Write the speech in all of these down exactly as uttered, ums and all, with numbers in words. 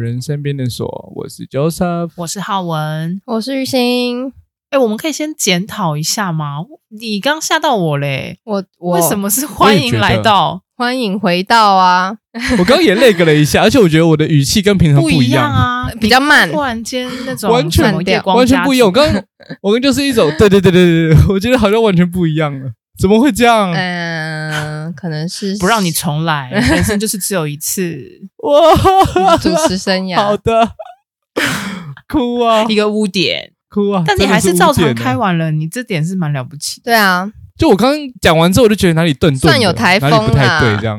人身边的所，我是 Joseph， 我是浩文， 我是玉兴。 哎、欸，我们可以先检讨一下吗？你刚吓到我嘞！ 我我为什么是欢迎来到？ 欢迎回到啊！ 我刚刚也累个了一下，而且我觉得我的语气跟平常不一样啊， 比较慢， 突然间那种完全完全不一样。我刚刚我刚就是一种对对对对对，我觉得好像完全不一样了。怎么会这样？ 嗯、呃，可能是不让你重来，人生就是只有一次。 哇，主持生涯好的，哭啊， 一个污点。 哭啊！ 但你还是照常开完了，你这点是蛮了不起的。 对啊， 就我刚刚讲完之后，我就觉得哪里顿顿的， 算有台风啦， 哪里不太对，这样。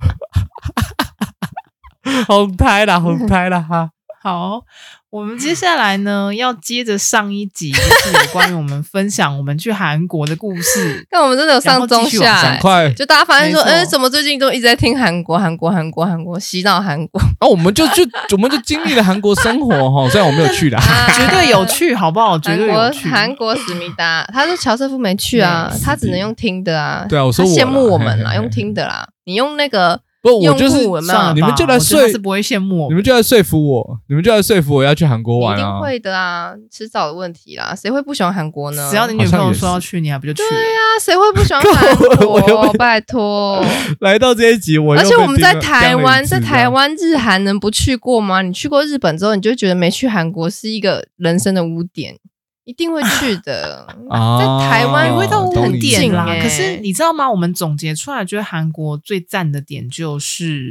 红台啦，红台啦哈。 好，我们接下来呢，要接着上一集，就是有关于我们分享我们去韩国的故事。 但我们真的有上中下、欸， 赶快！ 就大家发现说，哎、欸，怎么最近都一直在听韩国、韩国、韩国、韩国，洗脑韩国？ 然后、哦、我们就就我们就经历了韩国生活哈，虽然我没有去啦， 啊、绝对有趣，好不好？绝对有趣。 韩国思密达，他说乔瑟夫没去啊，他只能用听的啊。 对啊，我说我他羡慕我们啦， 嘿嘿嘿用听的啦。你用那个。 不，我就是你们就来说是不会羡慕我， 你们就来说服我，你们就来说服我要去韩国玩啊！ 一定会的啊，迟早的问题啦，谁会不喜欢韩国呢？ 只要你女朋友说要去，你还不就去了？ 对啊，谁会不喜欢韩国？拜托， 来到这一集，我而且我们在台湾，在台湾日韩能不去过吗？你去过日本之后，你就觉得没去韩国是一个人生的污点。一定会去的， 啊、 在台湾会到很近啦、 欸。 可是你知道吗？我们总结出来，觉得韩国最赞的点就是，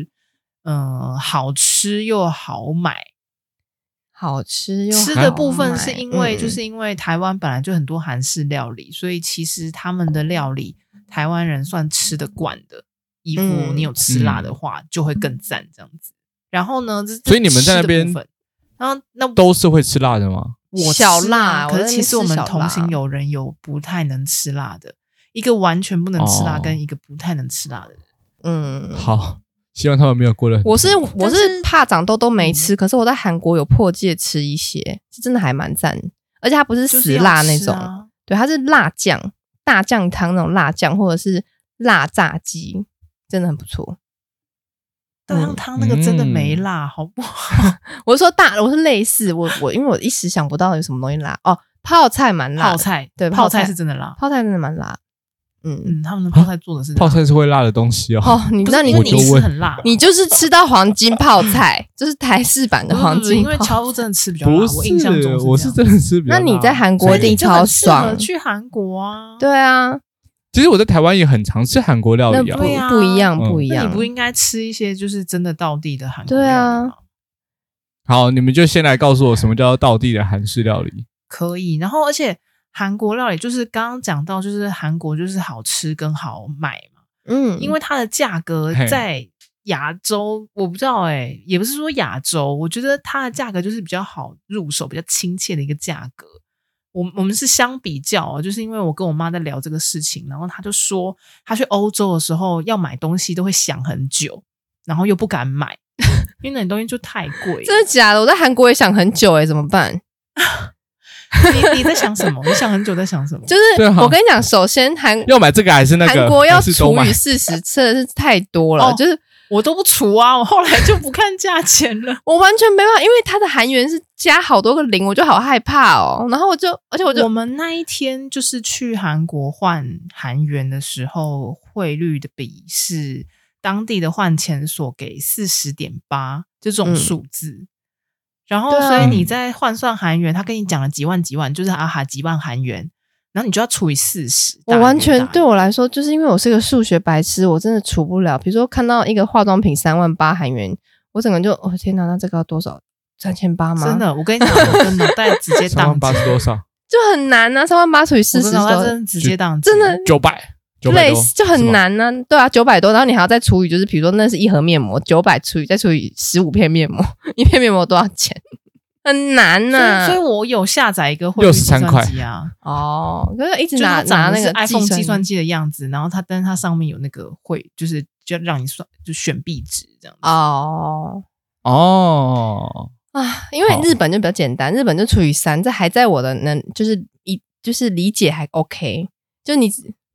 嗯、呃，好吃又好买。 好吃又好吃的部分是因为， 嗯、 就是因为台湾本来就很多韩式料理，所以其实他们的料理台湾人算吃得惯的。衣服你有吃辣的话，嗯、就会更赞这样子。然后呢， 所以你们在那边， 然后那都是会吃辣的吗？ 我小辣， 可是其实我们同行有人有不太能吃辣的，一个完全不能吃辣，跟一个不太能吃辣的人。 嗯， 好，希望他们没有过得很。 我是我是怕长痘痘没吃，嗯、可是我在韩国有破戒吃一些，是真的还蛮赞，而且它不是死辣那种，啊、对，它是辣酱、大酱汤那种辣酱，或者是辣炸鸡，真的很不错。 大酱汤那个真的没辣，嗯、好不好？ 我是说大，我是类似我我，因为我一时想不到有什么东西辣哦。泡菜蛮辣， 泡菜对， 泡菜是真的辣， 泡菜真的蛮辣。嗯嗯，他们的泡菜做的是泡菜是会辣的东西哦。 哦，你知道你你吃很辣， 你就是吃到黄金泡菜，就是台式版的黄金泡菜。 因为乔夫真的吃比较辣， 不是， 我印象中是我是真的吃比较辣。 那你在韩国一定超爽， 去韩国啊？ 对啊。 其实我在台湾也很常吃韩国料理啊， 不啊不一样，不一样。 那你不应该吃一些就是真的道地的韩国料理吗？对啊。 好，你们就先来告诉我什么叫道地的韩式料理。 可以，然后而且韩国料理就是刚刚讲到，就是韩国就是好吃跟好买嘛。 嗯， 因为它的价格在亚洲，我不知道哎、欸，也不是说亚洲，我觉得它的价格就是比较好入手、比较亲切的一个价格。我我们是相比较，就是因为我跟我妈在聊这个事情，然后她就说，她去欧洲的时候要买东西都会想很久，然后又不敢买，因为那东西就太贵。 真的假的？我在韩国也想很久哎、欸，怎么办？ 你你在想什么？你想很久在想什么？ 就是我跟你讲，首先韩要买这个还是那个？ 韩国要除以四十，真的是太多了， 哦、 就是。 我都不除啊，我后来就不看价钱了。 我完全没办法，因为它的韩元是加好多个零，我就好害怕哦。然后我就，而且我就我们那一天就是去韩国换韩元的时候，汇率的比是当地的换钱所给四十点八这种数字。嗯、然后，所以你在换算韩元，他跟你讲了几万几万，就是啊哈几万韩元。然后你就要除以四十， 我完全对我来说，就是因为我是个数学白痴，我真的除不了。比如说看到一个化妆品三万八韩元，我整个就哦天哪，那这个要多少？三千八吗？ 真的，我跟你讲，我的脑袋直接宕机。 三万八是多少？ 就很难啊，三万八除以四十， 脑袋真的直接宕机， 真的九百， 类似就很难呢、啊。对啊，九百多，然后你还要再除以，就是比如说那是一盒面膜，九百除以再除以十五片面膜，一片面膜多少钱？很难呐、啊， 所以我有下载一个汇率计算机啊， 哦，可是一直拿拿那个 iPhone 计算机的样子，然后它但是它上面有那个汇，就是就让你算就选币值这样子。 哦哦啊，因为日本就比较简单，日本就除以三，这还在我的能就是一就是理解还 OK，就你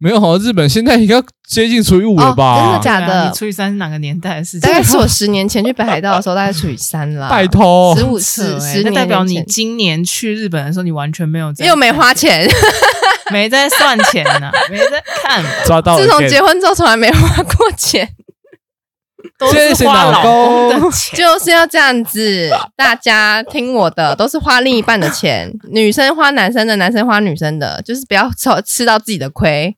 没有，日本现在应该接近除以五了吧？ 哦、真的假的？ 你除以三是哪个年代的事情？ 大概是我十年前去北海道的时候，大概除以三啦。 拜托， 十五十十年， 那代表你今年去日本的时候，你完全没有在， 又没花钱， 没在算钱呢、啊，没在看。 抓到了， 自从结婚之后，从来没花过钱。 都是花老公的钱， 就是要这样子。大家听我的，都是花另一半的钱，女生花男生的，男生花女生的，就是不要吃吃到自己的亏。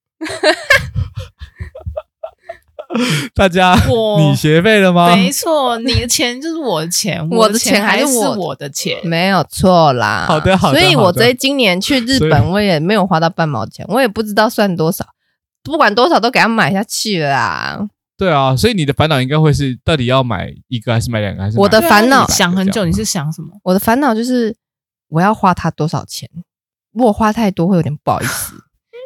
大家，你学费了吗？ 没错，你的钱就是我的钱， 我的钱还是我的钱， 没有错啦。 好的，好的。 所以我这今年去日本，我也没有花到半毛钱，我也不知道算多少，不管多少都给他买下去了啦。 对啊，所以你的烦恼应该会是到底要买一个还是买两个还是买我的烦恼想很久，你是想什么？ 我的烦恼就是我要花他多少钱，如果花太多会有点不好意思。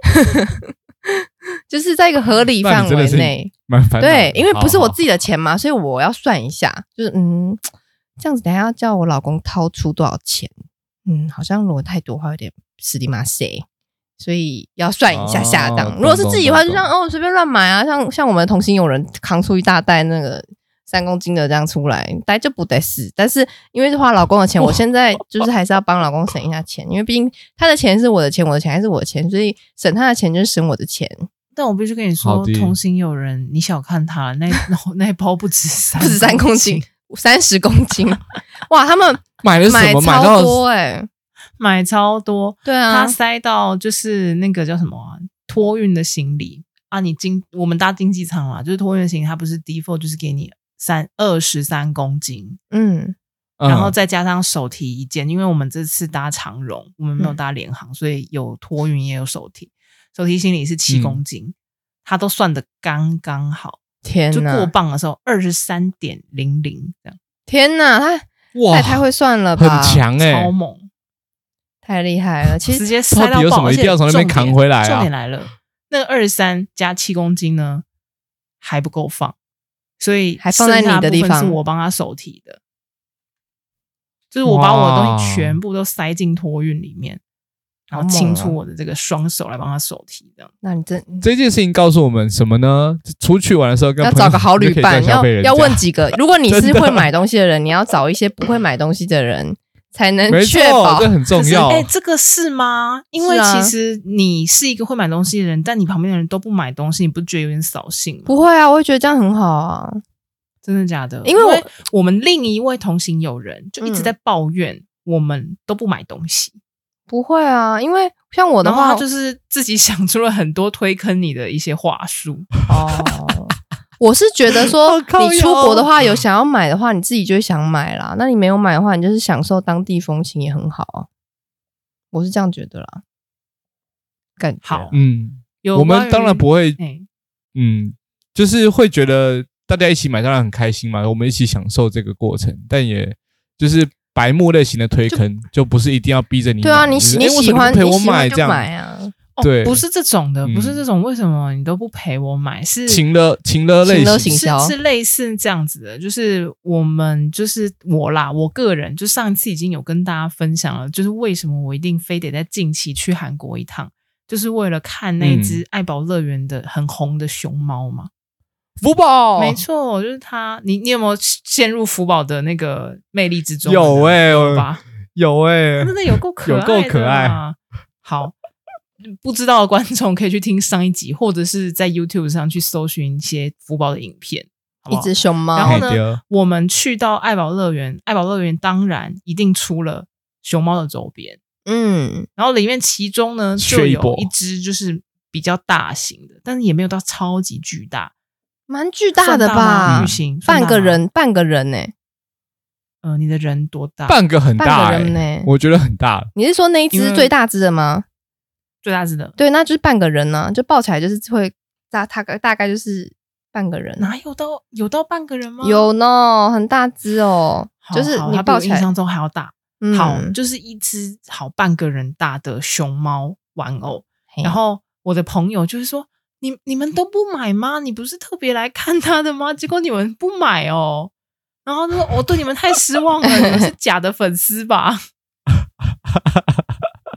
就是在一个合理范围内，对，因为不是我自己的钱嘛，所以我要算一下，就是嗯，这样子等一下要叫我老公掏出多少钱，嗯，好像如果太多的话有点死里麻塞。所以要算一下下档、哦，如果是自己的话，就像哦随便乱买啊，像像我们的同行友人扛出一大袋那个三公斤的这样出来，大概就不得死。但是因为是花老公的钱，我现在就是还是要帮老公省一下钱，因为毕竟他的钱是我的钱，我的钱还是我的钱，所以省他的钱就是省我的钱。 但我必须跟你说，同行友人，你小看他了，那那一包不止三不止三公斤，三十公斤，哇，他们买了什么？ 买超多哎、欸。 买超多， 对啊， 他塞到就是那个叫什么、啊、托运的行李啊，你经我们搭经济舱啦，就是托运的行李，它不是 default 就是给你三二十三公斤， 嗯， 然后再加上手提一件，因为我们这次搭长荣，我们没有搭联航、嗯，所以有托运也有手提，手提行李是七公斤，嗯、他都算得刚刚好， 天哪， 就过磅的时候二十三点零零这样， 天哪，他哇太太会算了吧， 很强哎、欸， 超猛。 太厉害了！其实直接塞到爆， 有什么一定要从那边扛回来啊？ 重点来了，那二十三加七公斤呢还不够放，所以还放在你的地方， 是我帮他手提的，就是我把我的东西全部都塞进托运里面，然后清出我的这个双手来帮他手提这样。 那你这这件事情告诉我们什么呢？出去玩的时候跟要找个好旅伴，要要问几个。如果你是会买东西的人，你要找一些不会买东西的人。才能确保， 这很重要。 哎、欸，这个是吗？因为其实你是一个会买东西的人，但你旁边的人都不买东西，你不觉得有点扫兴吗？ 不会啊，我会觉得这样很好啊。 真的假的？ 因为我因为我们另一位同行友人就一直在抱怨我们都不买东西。嗯、 不会啊，因为像我的话， 他就是自己想出了很多推坑你的一些话术。 哦。我是觉得说，你出国的话有想要买的话，你自己就会想买啦。那你没有买的话，你就是享受当地风情也很好啊。我是这样觉得啦。感觉好， 嗯，我们当然不会，嗯，就是会觉得大家一起买当然很开心嘛，我们一起享受这个过程，但也就是白目类型的推坑，就, 就不是一定要逼着你买。 对啊，你喜、就是、你喜欢陪我买这样买啊。 对、 哦，不是这种的，不是这种。为什么你都不陪我买？是情勒情勒类型， 是是类似这样子的。就是我们就是我啦，我个人就上一次已经有跟大家分享了，就是为什么我一定非得在近期去韩国一趟，就是为了看那只爱宝乐园的很红的熊猫嘛。 福宝， 没错，就是它。你你有没有陷入福宝的那个魅力之中？ 有哎、欸， 有吧？ 有哎、欸， 真的有够可爱， 有够可爱。 好。不知道的观众可以去听上一集，或者是在 YouTube 上去搜寻一些福宝的影片。好不好一只熊猫。 然后呢，我们去到爱宝乐园，爱宝乐园当然一定出了熊猫的周边。 嗯， 然后里面其中呢就有一只就是比较大型的，但是也没有到超级巨大， 蛮巨大的吧？ 巨型， 半个人，半个人呢、欸？ 呃，你的人多大？ 半个很大、欸， 半个人呢、欸？ 我觉得很大。 你是说那一只最大只的吗？ 最大只的， 对，那就是半个人呢、啊，就抱起来就是会大，大概大概就是半个人。 哪有到有到半个人吗？ 有呢，很大只哦， 好就是你抱起来， 印象中还要大。 嗯、 好，就是一只好半个人大的熊猫玩偶。然后我的朋友就是说，你你们都不买吗？你不是特别来看它的吗？结果你们不买哦。然后他说，我对你们太失望了，你们是假的粉丝吧？就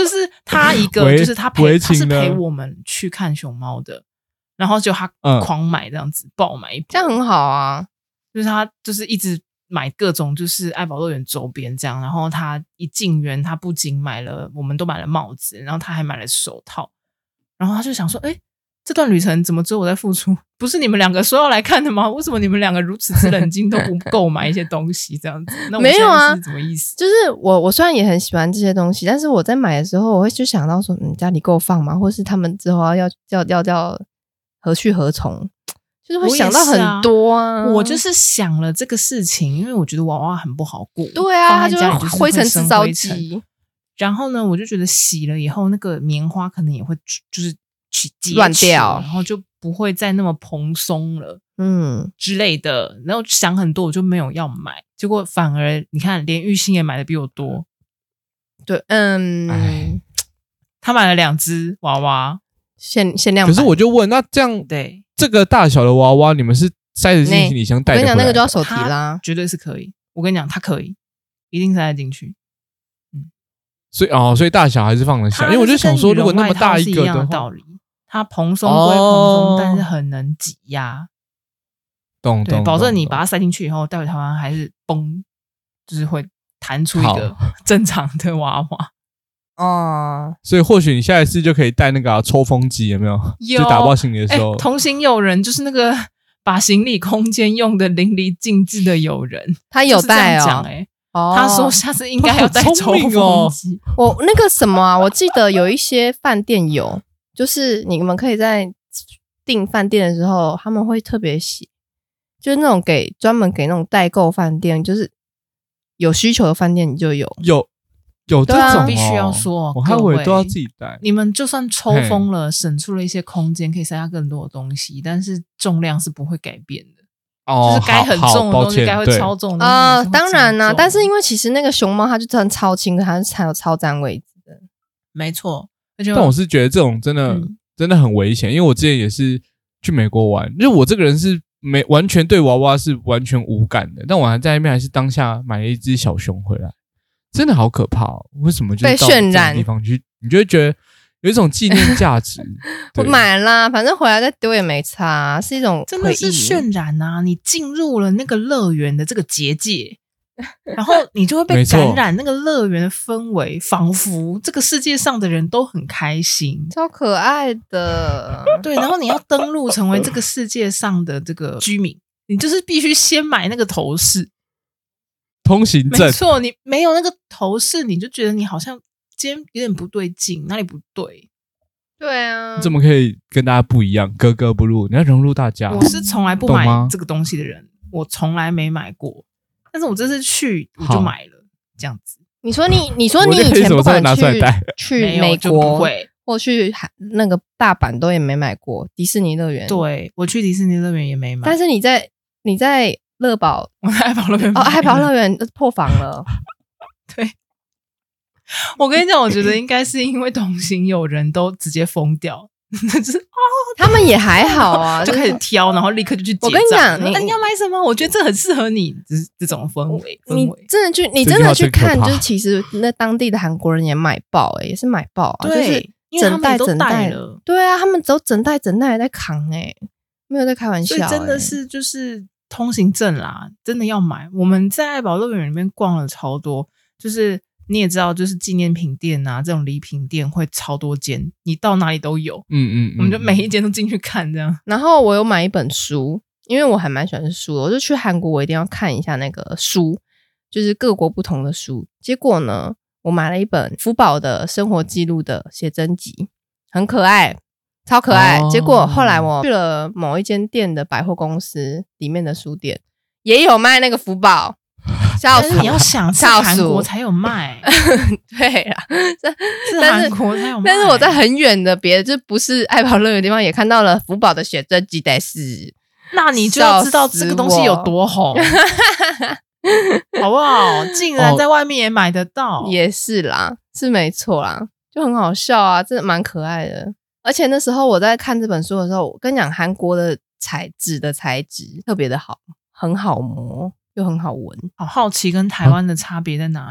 就是他一个，就是他陪他是陪我们去看熊猫的，然后就他狂买这样子，嗯、爆买一波， 这样很好啊。 就是他就是一直买各种就是爱宝乐园周边这样，然后他一进园，他不仅买了，我们都买了帽子，然后他还买了手套，然后他就想说，哎。这段旅程怎么只有我在付出？不是你们两个说要来看的吗？为什么你们两个如此之冷静，都不购买一些东西这样子？那我没有啊， 是什么意思？ 就是我我虽然也很喜欢这些东西，但是我在买的时候，我会就想到说，嗯，家里够放吗？或是他们之后要要要要何去何从？就是会想到很多啊。 我就是想了这个事情，因为我觉得娃娃很不好过。 对啊，它就是灰尘制造机。 然后呢，我就觉得洗了以后，那个棉花可能也会就是。 乱掉， 然后就不会再那么蓬松了， 嗯之类的。然后想很多，我就没有要买，结果反而你看，连玉兴也买的比我多。 对，嗯， 他买了两只娃娃， 限限量版。 可是我就问，那这样对这个大小的娃娃，你们是塞得进行李箱带的？ 我跟你讲，那个就要手提啦， 绝对是可以。我跟你讲，它可以，一定塞得进去。 嗯，所以哦，所以大小还是放得下，因为我就想说，如果那么大一个的道理。它蓬松归蓬松，但是很能挤压， 懂懂， 保证你把它塞进去以后，带回台湾还是崩，就是会弹出一个正常的娃娃。 哦， 所以或许你下一次就可以带那个、啊、抽风机，有没有？ 有， 就打包行李的时候， 欸、同行友人就是那个把行李空间用的淋漓尽致的友人， 他有带哦。 哎、欸哦，他说下次应该要带抽风机。 我那个什么啊，我记得有一些饭店有。就是你们可以在订饭店的时候，他们会特别写，就是那种给专门给那种代购饭店，就是有需求的饭店你就有有有这种、哦， 必须要说， 我还以为都要自己带。 你们就算抽风了，省出了一些空间，可以塞下更多的东西，但是重量是不会改变的。 哦， 就是该很重的东西，该会超重的东西啊、呃，当然啦、啊，但是因为其实那个熊猫它就真的超轻，它是还有超占位置的， 没错。 但我是觉得这种真的、嗯、真的很危险，因为我之前也是去美国玩，因为我这个人是没完全对娃娃是完全无感的，但我还在那边还是当下买了一只小熊回来，真的好可怕哦！为什么就是到这种地方去，你就会觉得有一种纪念价值？ 我买啦，反正回来再丢也没差、啊，是一种真的是渲染啊！你进入了那个乐园的这个结界。然后你就会被感染那个乐园的氛围，仿佛这个世界上的人都很开心， 超可爱的。 对，然后你要登录成为这个世界上的这个居民，你就是必须先买那个头饰、 通行证。 没错，你没有那个头饰，你就觉得你好像今天有点不对劲，哪里不对？ 对啊， 你怎么可以跟大家不一样，格格不入？你要融入大家。 我是从来不买这个东西的人，我从来没买过。但是我这次去我就买了，这样子。 你说你，你说你以前不管去去美国或去那个大阪都也没买过迪士尼乐园。 对，我去迪士尼乐园也没买。 但是你在你在乐宝， 我在爱宝乐园哦，爱宝乐园破防了。 对，我跟你讲，我觉得应该是因为同行有人都直接疯掉。就是哦， 他们也还好啊， 就开始挑，然后立刻就去结账。 我跟你讲，你你要买什么？我觉得这很适合你，就是这种氛围。 你真的去，你真的去看，就是其实那当地的韩国人也买爆、欸，哎，也是买爆啊， 对， 就是整袋整袋了。 对啊，他们都整袋整袋在扛、欸，哎，没有在开玩笑、欸， 所以真的是就是通行证啦，真的要买。我们在爱宝乐园里面逛了超多，就是。你也知道，就是纪念品店啊，这种礼品店会超多间，你到哪里都有。 嗯 嗯, 嗯， 我们就每一间都进去看这样。 然后我有买一本书，因为我还蛮喜欢书的，我就去韩国，我一定要看一下那个书，就是各国不同的书。结果呢，我买了一本福宝的生活记录的写真集，很可爱，超可爱。哦、结果后来我去了某一间店的百货公司里面的书店，也有卖那个福宝。 但是你要想，是韩国才有卖， 对啦， 是韩国才有卖。 但是我在很远的别的，就不是爱宝乐园的地方，也看到了福宝的写真集，得是， 那你就要知道这个东西有多红，好不好？竟然在外面也买得到， 哦、也是啦，是没错啦，就很好笑啊，真的蛮可爱的。而且那时候我在看这本书的时候，我跟你讲，韩国的材质的材质特别的好，很好磨。又很好闻， 好好奇跟台湾的差别在哪里哦？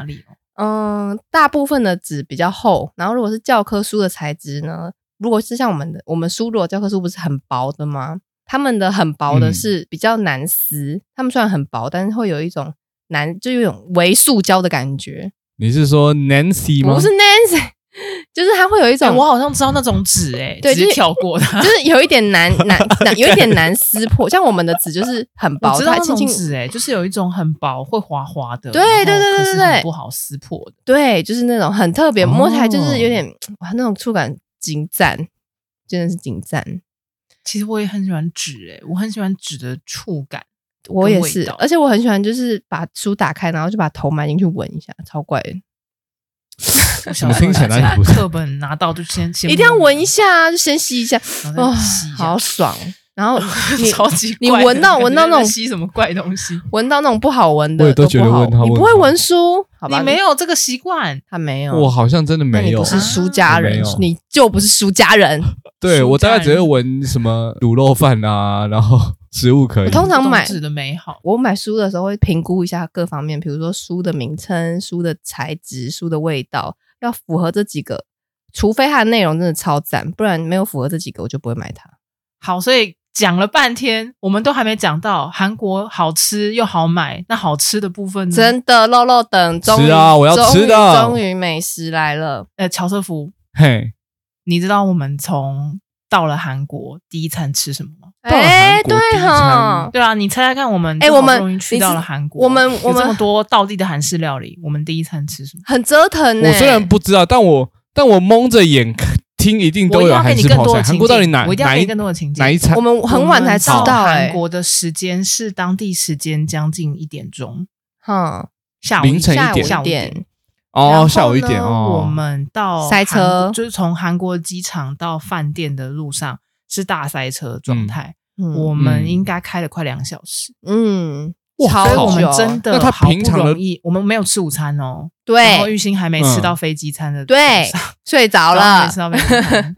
嗯，大部分的纸比较厚，然后如果是教科书的材质呢，如果是像我们的我们书如果教科书不是很薄的吗？他们的很薄的是比较难撕，嗯、他们虽然很薄，但是会有一种难，就有一种微塑胶的感觉。 你是说 Nancy 吗？ 不是 Nancy， 就是它会有一种， 欸、我好像知道那种纸，哎， 对， 直接跳过的， 就是有一点难难难，有一点难撕破。像我们的纸就是很薄， 我知道那种纸，哎，就是有一种很薄会滑滑的， 对对对对对对， 不好撕破的， 对，就是那种很特别，摸起来就是有点、哦、哇，那种触感精湛，真的是精湛。 其实我也很喜欢纸，哎，我很喜欢纸的触感。 我也是，而且我很喜欢，就是把书打开，然后就把头埋进去闻一下，超怪的。 怎么听起来不是？ 课本拿到就先先一定要闻一下，就先吸一下，哦，好爽。然后你超级你闻到闻到那种吸什么怪东西， 闻到那种不好闻的， 我也都觉得闻它。 你不会闻书，好吧？ 你没有这个习惯， 他没有。 我好像真的没有。 你不是书家人，你就不是书家人。 对，我大概只会闻什么卤肉饭啊，然后食物可以。 我通常买纸的美好， 我买书的时候会评估一下各方面，比如说书的名称、书的材质、书的味道，要符合这几个。除非它的内容真的超赞，不然没有符合这几个，我就不会买它。 好，所以讲了半天，我们都还没讲到韩国好吃又好买，那好吃的部分呢？ 真的肉肉等，终于啊，我要吃的， 终于美食来了。 呃，乔瑟夫， 嘿， 你知道我们从到了韩国第一餐吃什么吗？ 哎、欸，对哈， 对啊，你猜猜看，我们哎、欸，我们终于去到了韩国， 我们我们这么多道地的韩式料理，我们第一餐吃什么？ 很折腾呢、欸。 我虽然不知道，但我但我蒙着眼听，一定都有韩式泡菜。韩国到底哪我一定要给你更多的情境？ 哪一餐？ 我们很晚才知道、欸， 韩国的时间是当地时间将近一点钟， 哈， 下午凌晨一点， 下午一点。 哦，下午一点哦。 我们到塞车， 就是从韩国机场到饭店的路上是大塞车状态。嗯、我们应该开了快两小时。 嗯， 超久。我们真的那他平常的我们没有吃午餐哦。 对。 然后玉兴还没吃到飞机餐的、嗯， 对，睡着了。 没吃到飞机餐。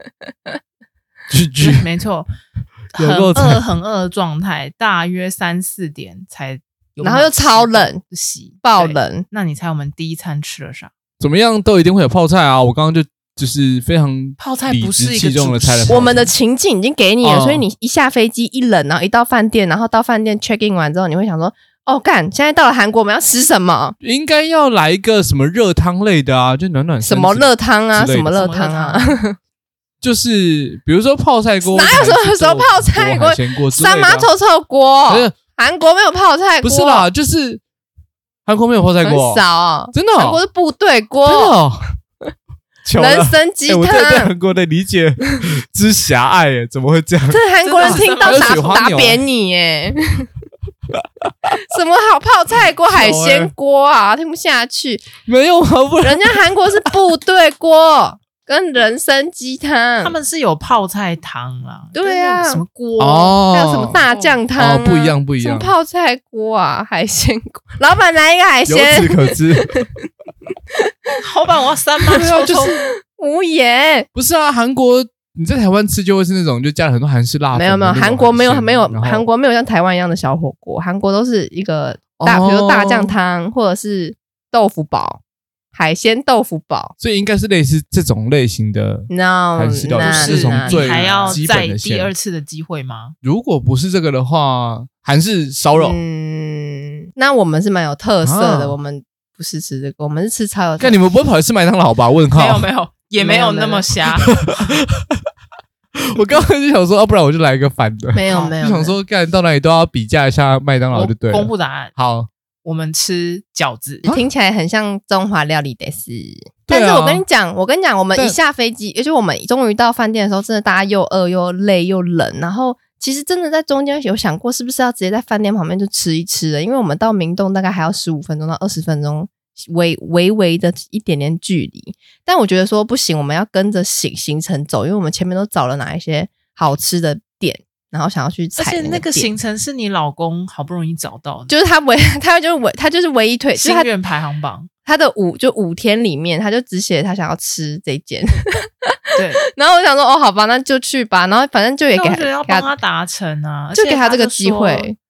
G G， 没错，很饿很饿的状态，大约三四点才有， 然后又超冷， 洗爆冷。 那你猜我们第一餐吃了啥？ 怎么样都一定会有泡菜啊！我刚刚就就是非常泡菜不是一个重的菜了。 我们的情境已经给你了，哦、所以你一下飞机一冷，然后一到饭店，然后到饭店 check in 完之后，你会想说：哦，干！现在到了韩国，我们要吃什么？ 应该要来一个什么热汤类的啊，就暖暖什么热汤啊，什么热汤啊。 就是比如说泡菜锅， 哪有什么时候泡菜锅、 海鲜锅、 三妈臭臭锅？韩国没有泡菜锅， 不是啦，就是韩国没有泡菜锅， 很少、哦， 真的、哦。 韩国是部队锅， 真的、哦。 人参鸡汤、 欸，我对对韩国的理解之狭隘耶，怎么会这样？ 这韩国人听到打打扁你耶！什么好泡菜锅、海鲜锅啊？听不下去。 没有啊，不然人家韩国是部队锅。跟人参鸡汤， 他们是有泡菜汤啦， 对啊， 什么锅， 哦、 还有什么大酱汤、啊哦，不一样，不一样， 什么泡菜锅啊，海鲜锅，老板来一个海鲜， 由此可知， 老板我要三妈臭臭， 无言。 不是啊，韩国你在台湾吃就会是那种就加了很多韩式辣粉， 没有没有，韩国没有没有，韩国没有像台湾一样的小火锅，韩国都是一个大， 哦、 比如说大酱汤或者是豆腐煲。海鲜豆腐煲， 所以应该是类似这种类型的 no 韩式料理， 是这种最还要再的第二次的机会吗？ 如果不是这个的话，韩式烧肉， 嗯，那我们是蛮有特色的，啊、我们不是吃这个，我们是吃超有特色。 但你们不会跑去吃麦当劳吧？问号， 没有没有，也没有那么瞎。 我刚刚就想说，啊，不然我就来一个反的， 没有没有， 就想说，干到哪里都要比价一下麦当劳就对了。 公布答案， 好。 我们吃饺子， 听起来很像中华料理的是、 啊， 但是我跟你讲，我跟你讲，我们一下飞机，而且我们终于到饭店的时候，真的大家又饿又累又冷，然后其实真的在中间有想过，是不是要直接在饭店旁边就吃一吃了？因为我们到明洞大概还要十五分钟到二十分钟，微微微的一点点距离。但我觉得说不行，我们要跟着行行程走，因为我们前面都找了哪一些好吃的店。然后想要去踩那个， 而且那个行程是你老公好不容易找到的， 就是他唯他就是唯他就是唯一推心愿排行榜， 他的五就五天里面，他就只写他想要吃这一间， 对。 然后我想说，哦，好吧，那就去吧。然后反正就也给他， 我觉得要帮他达成啊， 就给他这个机会。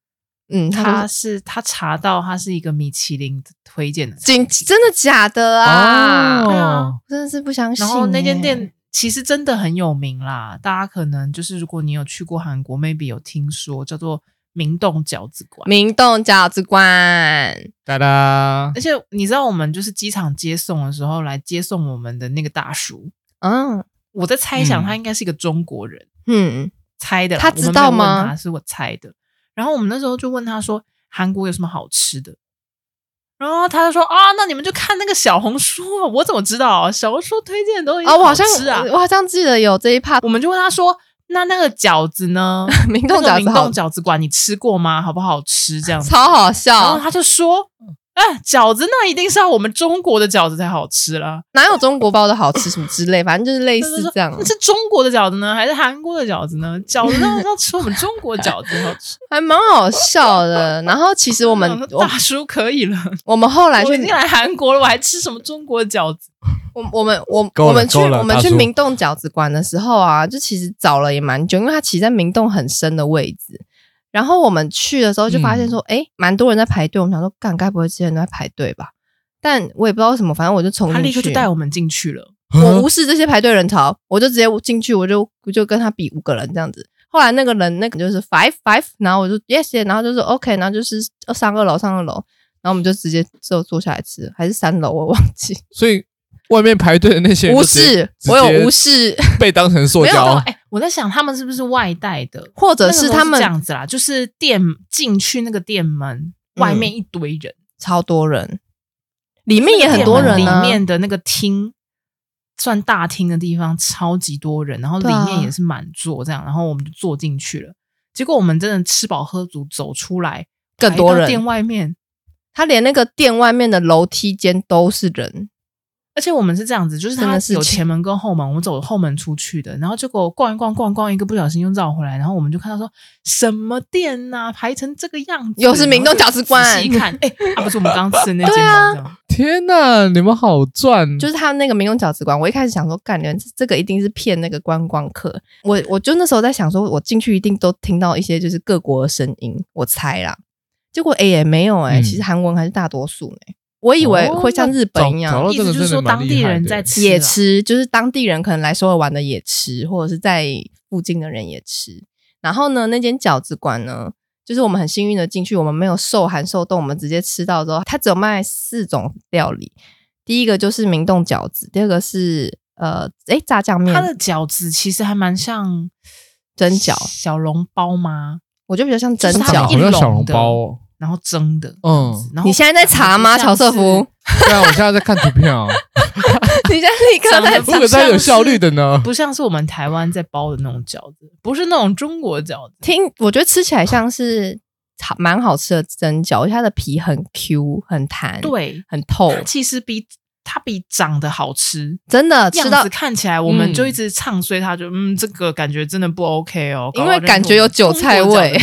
嗯， 他是他查到他是一个米其林推荐的餐厅， 真的假的啊？ 哦、 对啊， 真的是不相信、欸。 然后那间店其实真的很有名啦，大家可能就是如果你有去过韩国 ，maybe 有听说叫做明洞饺子馆。 明洞饺子馆， 哒哒。 而且你知道我们就是机场接送的时候来接送我们的那个大叔， 嗯， 我在猜想他应该是一个中国人， 嗯， 猜的啦， 他知道吗？ 我们没有问他是我猜的。然后我们那时候就问他说韩国有什么好吃的，然后他就说啊，那你们就看那个小红书啊，我怎么知道啊？小红书推荐的东西哦，我好像吃啊， 我好像记得有这一 part。 我们就问他说，那那个饺子呢？ 明洞饺子好， 那个明洞饺子馆你吃过吗？好不好吃？这样子超好然后笑。 他就说，哎，饺子那一定是要我们中国的饺子才好吃啦， 哪有中国包的好吃什么之类，反正就是类似这样。 那是中国的饺子呢，还是韩国的饺子呢？饺子当然要吃我们中国饺子好吃， 还蛮好笑的。然后其实我们大叔可以了， 我们后来去我已经来韩国了，我还吃什么中国的饺子？ 我我们我够了我们去够了我们去大叔明洞饺子馆的时候啊，就其实找了也蛮久，因为它其实在明洞很深的位置。然后我们去的时候就发现说，哎、嗯，蛮多人在排队。我们想说，干，该不会这些人都在排队吧？但我也不知道为什么，反正我就冲进去， 他立刻就带我们进去了。 我无视这些排队人潮，我就直接进去，我就我就跟他比五个人这样子。后来那个人那个就是 five five， 然后我就 yes， 然后就说 OK， 然后就是上二楼上二楼，然后我们就直接就坐下来吃，还是三楼我忘记。 所以外面排队的那些人无视，我有无视被当成塑胶。 哎、欸，我在想他们是不是外带的， 或者是他们、 那个、是这样子啦，就是店进去那个店门、嗯、外面一堆人， 超多人，里面也很多人呢、啊。里面的那个厅算大厅的地方超级多人，然后里面也是满座这样，然后我们就坐进去了。结果我们真的吃饱喝足走出来， 更多人。 店外面， 他连那个店外面的楼梯间都是人。 而且我们是这样子，就是它有前门跟后门，我们走后门出去的，然后结果逛一逛逛逛，一个不小心又绕回来，然后我们就看到说什么店啊，排成这个样子， 又是明洞饺子馆。 仔细看，哎、欸，啊，不是我们刚吃的那间吗？这样天哪，你们好赚！ 就是他那个明洞饺子馆，我一开始想说，干，这个一定是骗那个观光客。我我就那时候在想说，我进去一定都听到一些就是各国的声音，我猜啦。结果哎也没有哎、欸嗯，其实韩文还是大多数呢、欸。我以为会像日本一样， 哦、 意思就是说当地人在吃也吃，就是当地人可能来首尔玩的也吃，或者是在附近的人也吃。然后呢，那间饺子馆呢，就是我们很幸运的进去，我们没有受寒受冻，我们直接吃到之后，它只有卖四种料理。第一个就是明洞饺子，第二个是呃，哎炸酱面。 它的饺子其实还蛮像蒸饺小笼包吗？ 我觉得比较像蒸饺， 就是、 好像小笼包哦。 然后蒸的， 嗯， 然后你现在在查吗，乔瑟夫？ 对啊，我现在在看图片啊。 你现在立刻在查， 如果它有效率的呢？ 不像是我们台湾在包的那种饺子，不是那种中国饺子。 听，我觉得吃起来像是蛮好吃的蒸饺，而且它的皮很 Q 很弹， 对， 很透。 它其实比它比长得好吃， 真的吃到样子看起来，我们就一直唱衰它，就嗯，这个感觉真的不 OK 哦， 因为感觉有韭菜味。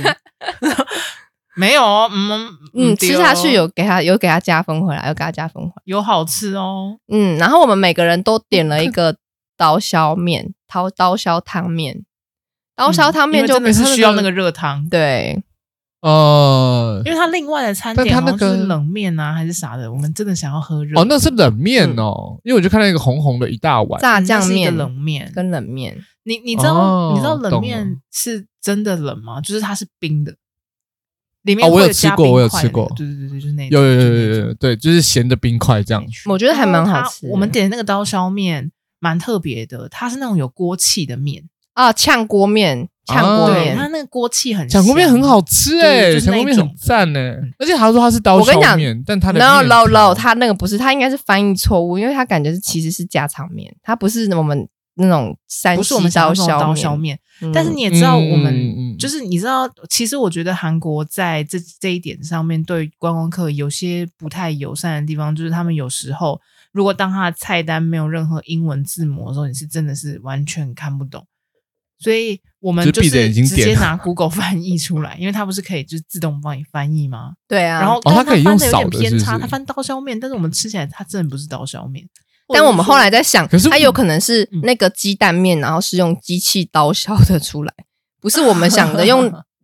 没有哦，嗯嗯，吃下去有给他有给他加分回来，有给他加分回来， 有好吃哦。 嗯，然后我们每个人都点了一个刀削面，刀刀削汤面，刀削汤面就、 嗯、真的是需要那个热汤， 对， 呃， 因为它另外的餐点好像是冷面啊还是啥的，我们真的想要喝热哦，那是冷面哦、嗯，因为我就看到一个红红的一大碗炸酱面， 冷面跟冷面， 你你知道、 哦、 你知道冷面是真的冷吗？就是它是冰的。里面哦，我有吃过，我有吃过， 对对对，就是那有有有有有，对，就是咸的冰块这样。 我觉得还蛮好吃。 我们点的那个刀削面蛮特别的，它是那种有锅气的面啊，炝锅面，炝锅面， 它那个锅气很香，炝锅面很好吃哎、欸，炝锅面很赞哎、欸，而且他说他是刀削面，但他的 no no no， 他那个不是，他应该是翻译错误，因为他感觉是其实是家常面，它不是我们那种山西刀削面。但是你也知道，我们、 嗯、 就是你知道，其实我觉得韩国在这这一点上面对观光客有些不太友善的地方，就是他们有时候如果当他的菜单没有任何英文字母的时候，你是真的是完全看不懂。所以我们就是直接拿 Google 翻译出来，因为它不是可以就是自动帮你翻译吗？ 对啊， 然后哦，它可以用扫的， 偏差，它翻刀削面，但是我们吃起来它真的不是刀削面。 但我们后来在想，它有可能是那个鸡蛋面，然后是用机器刀削的出来，不是我们想的用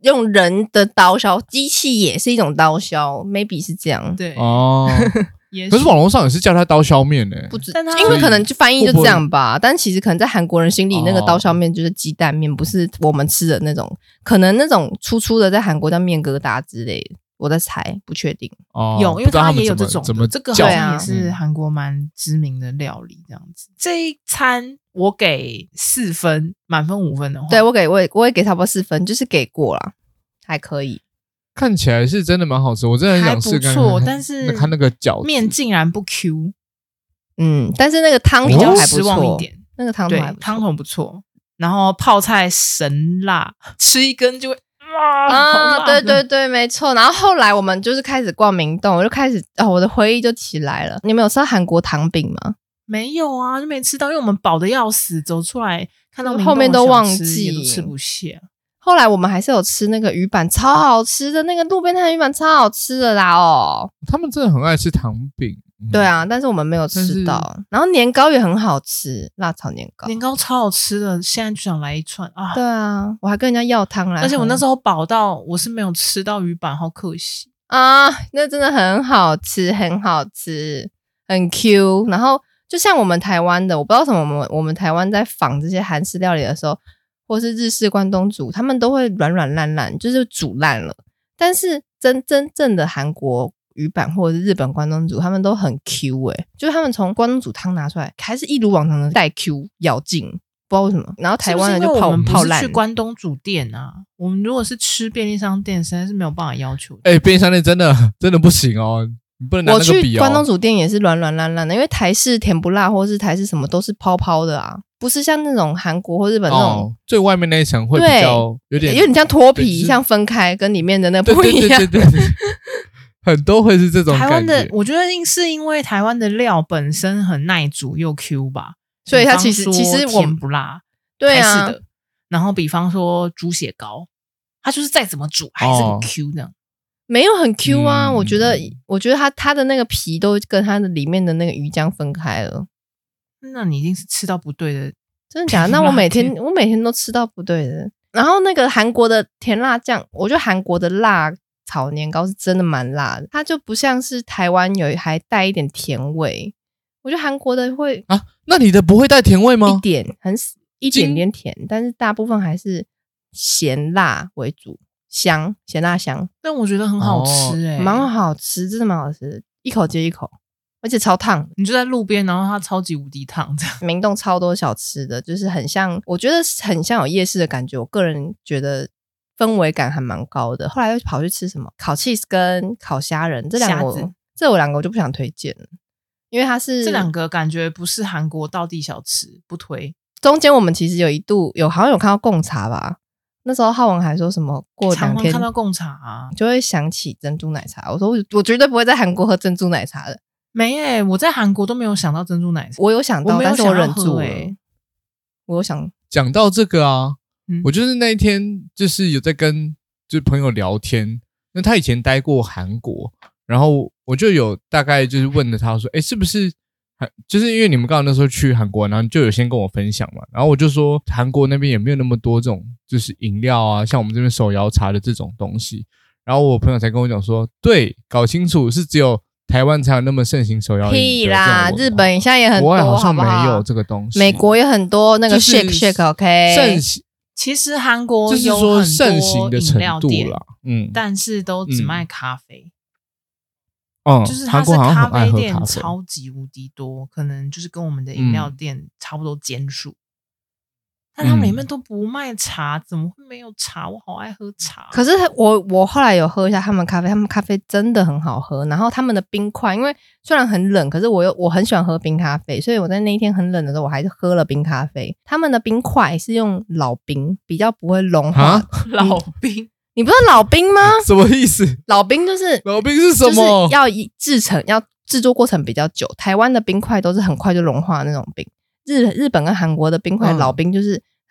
用人的刀削，机器也是一种刀削 ，maybe 是这样。 对哦，可是网络上也是叫它刀削面呢、欸， 不知，因为可能就翻译就这样吧。但其实可能在韩国人心里，那个刀削面就是鸡蛋面，不是我们吃的那种。可能那种粗粗的，在韩国叫面疙瘩之类的。我在猜，不确定。 哦， 有，因为它也有这种的， 怎么这个好像也是韩国蛮知名的料理这样子。嗯、这一餐我给四分，满分五分的话， 对我给我也我也给差不多四分，就是给过啦，还可以。 看起来是真的蛮好吃，我真的很想试看看。 还不错，但是它那个饺子面竟然不 Q， 嗯，但是那个汤比较还不错， 失望一点。 那个汤头还不错， 汤头不错，然后泡菜神辣，吃一根就会。 啊，对对对，没错。然后后来我们就是开始逛明洞，我就开始哦，我的回忆就起来了。你们有吃到韩国糖饼吗？ 没有啊，就没吃到，因为我们饱的要死，走出来看到后面都忘记， 也都吃不下。 后来我们还是有吃那个鱼板，超好吃的，那个路边摊鱼板超好吃的啦哦。 他们真的很爱吃糖饼。 对啊，但是我们没有吃到。然后年糕也很好吃，辣炒年糕， 年糕超好吃的，现在就想来一串啊！ 对啊，我还跟人家要汤来喝， 而且我那时候饱到我是没有吃到鱼板，好可惜啊！那真的很好吃，很好吃，很 Q。然后就像我们台湾的，我不知道为什么我们我们台湾在仿这些韩式料理的时候，或是日式关东煮，他们都会软软烂烂，就是煮烂了。但是真真正的韩国鱼板或者是日本关东煮，他们都很 Q 诶、欸，就是他们从关东煮汤拿出来，还是一如往常的带 Q 咬劲，不知道为什么。然后台湾人就泡泡烂。 去关东煮店啊，我们如果是吃便利商店，实在是没有办法要求。 哎、欸，便利商店真的真的不行哦，你不能拿那个比哦。 我去关东煮店也是软软烂烂的，因为台式甜不辣或是台式什么都是泡泡的啊，不是像那种韩国或日本那种、 哦、最外面那一层会比较有点有点像脱皮，像分开，跟里面的那不一样。 对对对对对对很多会是这种感觉。 台湾的，我觉得是因为台湾的料本身很耐煮又 Q 吧， 所以它其实其实我甜不辣， 对啊， 的。然后比方说猪血糕，它就是再怎么煮还是很 Q 这样、哦， 没有很 Q 啊。 嗯、 我觉得，我觉得它它的那个皮都跟它的里面的那个鱼浆分开了。 那你一定是吃到不对的， 真的假的？那我每天我每天都吃到不对的。然后那个韩国的甜辣酱，我觉得韩国的辣炒年糕是真的蛮辣的，它就不像是台湾有还带一点甜味。我觉得韩国的会啊，那你的不会带甜味吗？ 一点，很一点点甜，但是大部分还是咸辣为主，香咸辣香。 但我觉得很好吃哎、欸， 蛮、哦、好吃，真的蛮好吃，一口接一口，而且超烫。 你就在路边，然后它超级无敌烫这样。 明洞超多小吃的，就是很像，我觉得很像有夜市的感觉。我个人觉得。氛围感还蛮高的，后来又跑去吃什么烤 cheese 跟烤虾仁，这两个这我两个我就不想推荐了，因为它是这两个感觉不是韩国道地小吃，不推。 中间我们其实有一度有好像有看到贡茶吧，那时候浩文还说什么过两天看到贡茶啊， 就会想起珍珠奶茶。我说我绝对不会在韩国喝珍珠奶茶的， 没诶、欸，我在韩国都没有想到珍珠奶茶， 我有想到， 我但是我忍住了、欸。我有想讲到这个啊。 嗯、 我就是那一天就是有在跟就是朋友聊天，那他以前待过韩国，然后我就有大概就是问了他说，诶，是不是就是因为你们刚刚那时候去韩国，然后就有先跟我分享嘛，然后我就说韩国那边也没有那么多这种就是饮料啊，像我们这边手摇茶的这种东西，然后我朋友才跟我讲说，对，搞清楚是只有台湾才有那么盛行手摇饮的。 屁啦，日本现在也很多， 国外好像没好好有这个东西， 美国也很多那个 shake shake OK 盛行。 其实韩国就是说盛行的程度啦，嗯， 但是都只卖咖啡， 哦、嗯， 就是它是咖啡店咖啡超级无敌多，可能就是跟我们的饮料店差不多间数。嗯、但他们里面都不卖茶，怎么会没有茶？我好爱喝茶。 可是我我后来有喝一下他们咖啡，他们咖啡真的很好喝。然后他们的冰块，因为虽然很冷，可是我又我很喜欢喝冰咖啡，所以我在那一天很冷的时候，我还是喝了冰咖啡。他们的冰块是用老冰，比较不会融化。 老冰， 你不知道老冰吗？ 什么意思？ 老冰就是老冰是什么？ 就是要制成要制作过程比较久。台湾的冰块都是很快就融化的那种冰。日日本跟韩国的冰块、嗯、老冰就是。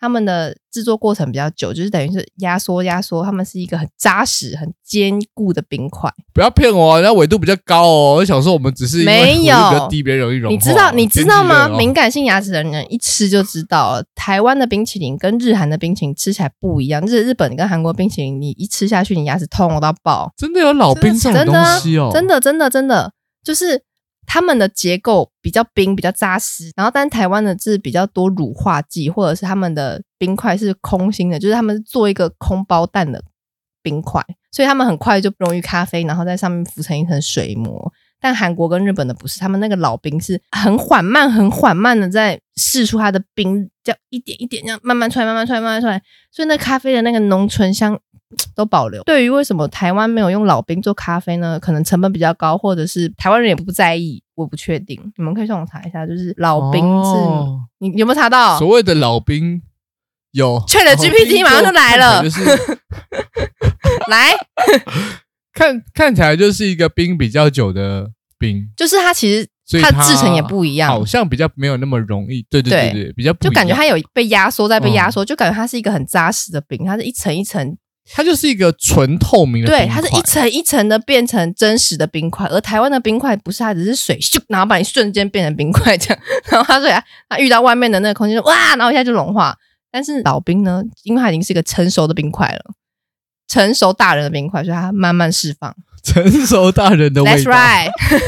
他们的制作过程比较久，就是等于是压缩压缩，他们是一个很扎实很坚固的冰块。 不要骗我，人家纬度比较高哦，我想说我们只是因为没有纬度比较低，别人容易融化。 你知道你知道吗？ 哦、 敏感性牙齿的人一吃就知道了，台湾的冰淇淋跟日韩的冰淇淋吃起来不一样，日日本跟韩国冰淇淋你一吃下去你牙齿痛到爆。 真的有老冰这种东西哦， 真的真的真的就是他们的结构比较冰比较扎实，然后但台湾的是比较多乳化剂，或者是他们的冰块是空心的，就是他们做一个空包蛋的冰块，所以他们很快就溶于咖啡，然后在上面浮成一层水膜。但韩国跟日本的不是，他们那个老冰是很缓慢很缓慢的在释出它的冰，这样一点一点这样慢慢出来慢慢出来慢慢出来，所以那咖啡的那个浓醇香都保留。对于为什么台湾没有用老冰做咖啡呢？可能成本比较高，或者是台湾人也不在意，我不确定。你们可以上网查一下，就是老冰是、哦、你有没有查到？ 所谓的老冰有 ChatGPT 马上就来了， 就是来看看起来就是一个冰比较久的冰， 就是它其实它的制成也不一样， 好像比较没有那么容易。对对对 对, 对，比较不一样， 就感觉它有被压缩再被压缩、嗯，就感觉它是一个很扎实的冰，它是一层一层， 它就是一个纯透明的冰块， 对，它是一层一层的变成真实的冰块。而台湾的冰块不是，它只是水咻，然后把你瞬间变成冰块这样，然后它所以它遇到外面的那个空气就哇，然后一下就融化。但是老冰呢，因为它已经是一个成熟的冰块了，成熟大人的冰块，所以它慢慢释放成熟大人的味道。 That's right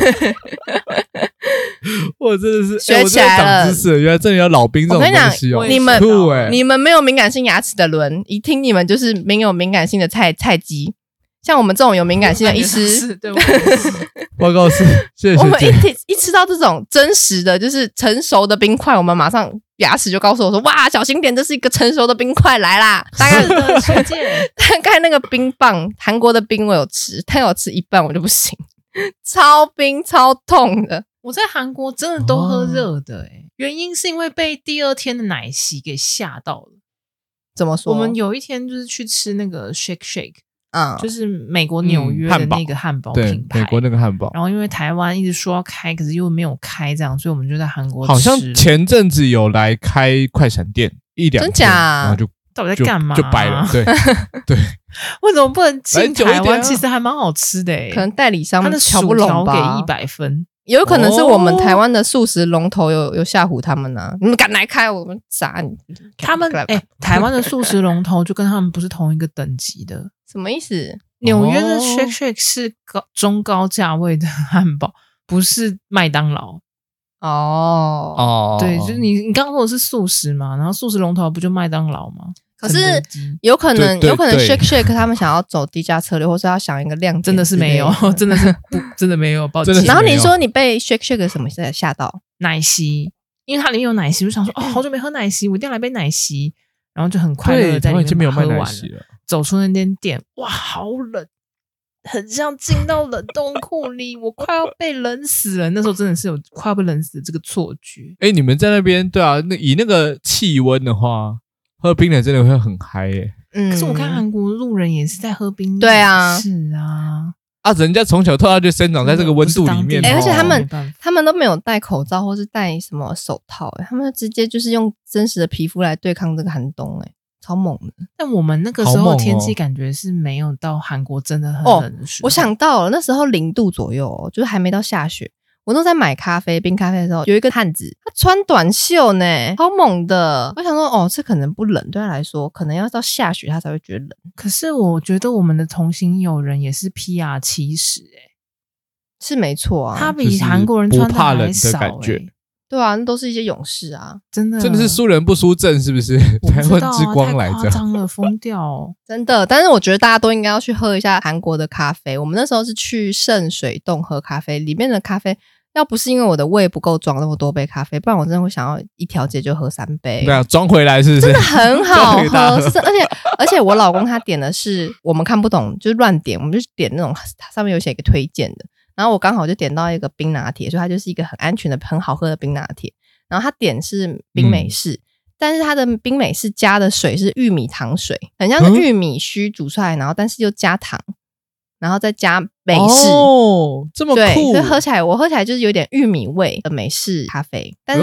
我真的是学起来了、 欸、我真的长知识了，原来真的有老冰这种东西哦。 你们、 欸、 你们没有敏感性牙齿的人，一听你们就是没有敏感性的菜菜鸡。像我们这种有敏感性的一吃， 对，我也是报告是，谢谢学姐。 我们一一吃到这种真实的就是成熟的冰块，我们马上牙齿就告诉我说：“哇，小心点，这是一个成熟的冰块来啦！”大概的学姐， 大概那个冰棒，韩国的冰我有吃，但我吃一半我就不行，超冰超痛的。 我在韩国真的都喝热的、欸，哎、哦，原因是因为被第二天的奶昔给吓到了。 怎么说？ 我们有一天就是去吃那个 Shake Shake。 嗯， 就是美国纽约的那个汉堡品牌、 嗯、美国那个汉堡。 然后因为台湾一直说要开，可是又没有开，这样，所以我们就在韩国吃。 好像前阵子有来开快闪店一两天， 真假？ 然后就到底在干嘛、啊？ 就掰了，对对。 为什么不能进台湾？其实还蛮好吃的诶、欸。 可能代理商他的瞧不拢吧， 给一百分。 有可能是我们台湾的素食龙头有有吓唬他们呢、啊，你们敢来开，我们砸你！ 他们哎、欸，台湾的素食龙头就跟他们不是同一个等级的， 什么意思？ 纽约的 Shake Shake 是高中高价位的汉堡，不是麦当劳。 哦哦， 对，就是你你刚刚说的是素食嘛，然后素食龙头不就麦当劳吗？ 可是有可能，有可能 Shake Shake 他们想要走低价策略，或是要想一个亮点， 真的是没有，真的是不，真的没有，抱歉。 然后你说你被 Shake Shake 什么吓到？ 奶昔，因为它里面有奶昔，我就想说哦，好久没喝奶昔，我一定要来杯奶昔，然后就很快乐在里面喝完了。走出那间店，哇，好冷，很像进到冷冻库里，我快要被冷死了。那时候真的是有快要被冷死的这个错觉。 哎、欸，你们在那边对啊，那以那个气温的话。喝冰的真的会很嗨耶、欸， 嗯，可是我看韩国路人也是在喝冰， 对啊， 是啊， 啊，人家从小到大就生长在这个温度里面， 欸、而且他们他们都没有戴口罩或是戴什么手套、欸，他们直接就是用真实的皮肤来对抗这个寒冬、欸，哎，超猛的。 但我们那个时候天气感觉是没有到韩国真的很冷的时候、 哦、我想到了，那时候零度左右、哦，就是还没到下雪。我都在买咖啡冰咖啡的时候，有一个汉子，他穿短袖呢，好猛的。我想说，哦，这可能不冷，对他来说，可能要到下雪他才会觉得冷。 可是我觉得我们的同行友人也是 P R 七十，哎， 是没错啊， 他比韩国人穿的还少、欸， 就是不怕冷的感觉。 对啊，那都是一些勇士啊， 真的， 真的是输人不输阵，是不是？台湾之光来着， 太夸张了，疯掉、哦， 真的。但是我觉得大家都应该要去喝一下韩国的咖啡。我们那时候是去圣水洞喝咖啡，里面的咖啡。要不是因为我的胃不够装那么多杯咖啡，不然我真的会想要一条街就喝三杯。 对啊，装回来是不是？ 真的很好喝，是而且而且我老公他点的是我们看不懂，就是乱点，我们就点那种上面有写一个推荐的。然后我刚好就点到一个冰拿铁，所以它就是一个很安全的、很好喝的冰拿铁。然后他点是冰美式，嗯、但是他的冰美式加的水是玉米糖水，很像是玉米须煮出来，然后但是又加糖。然后再加美式哦，这么酷， 对，所以喝起来我喝起来就是有点玉米味的美式咖啡，但是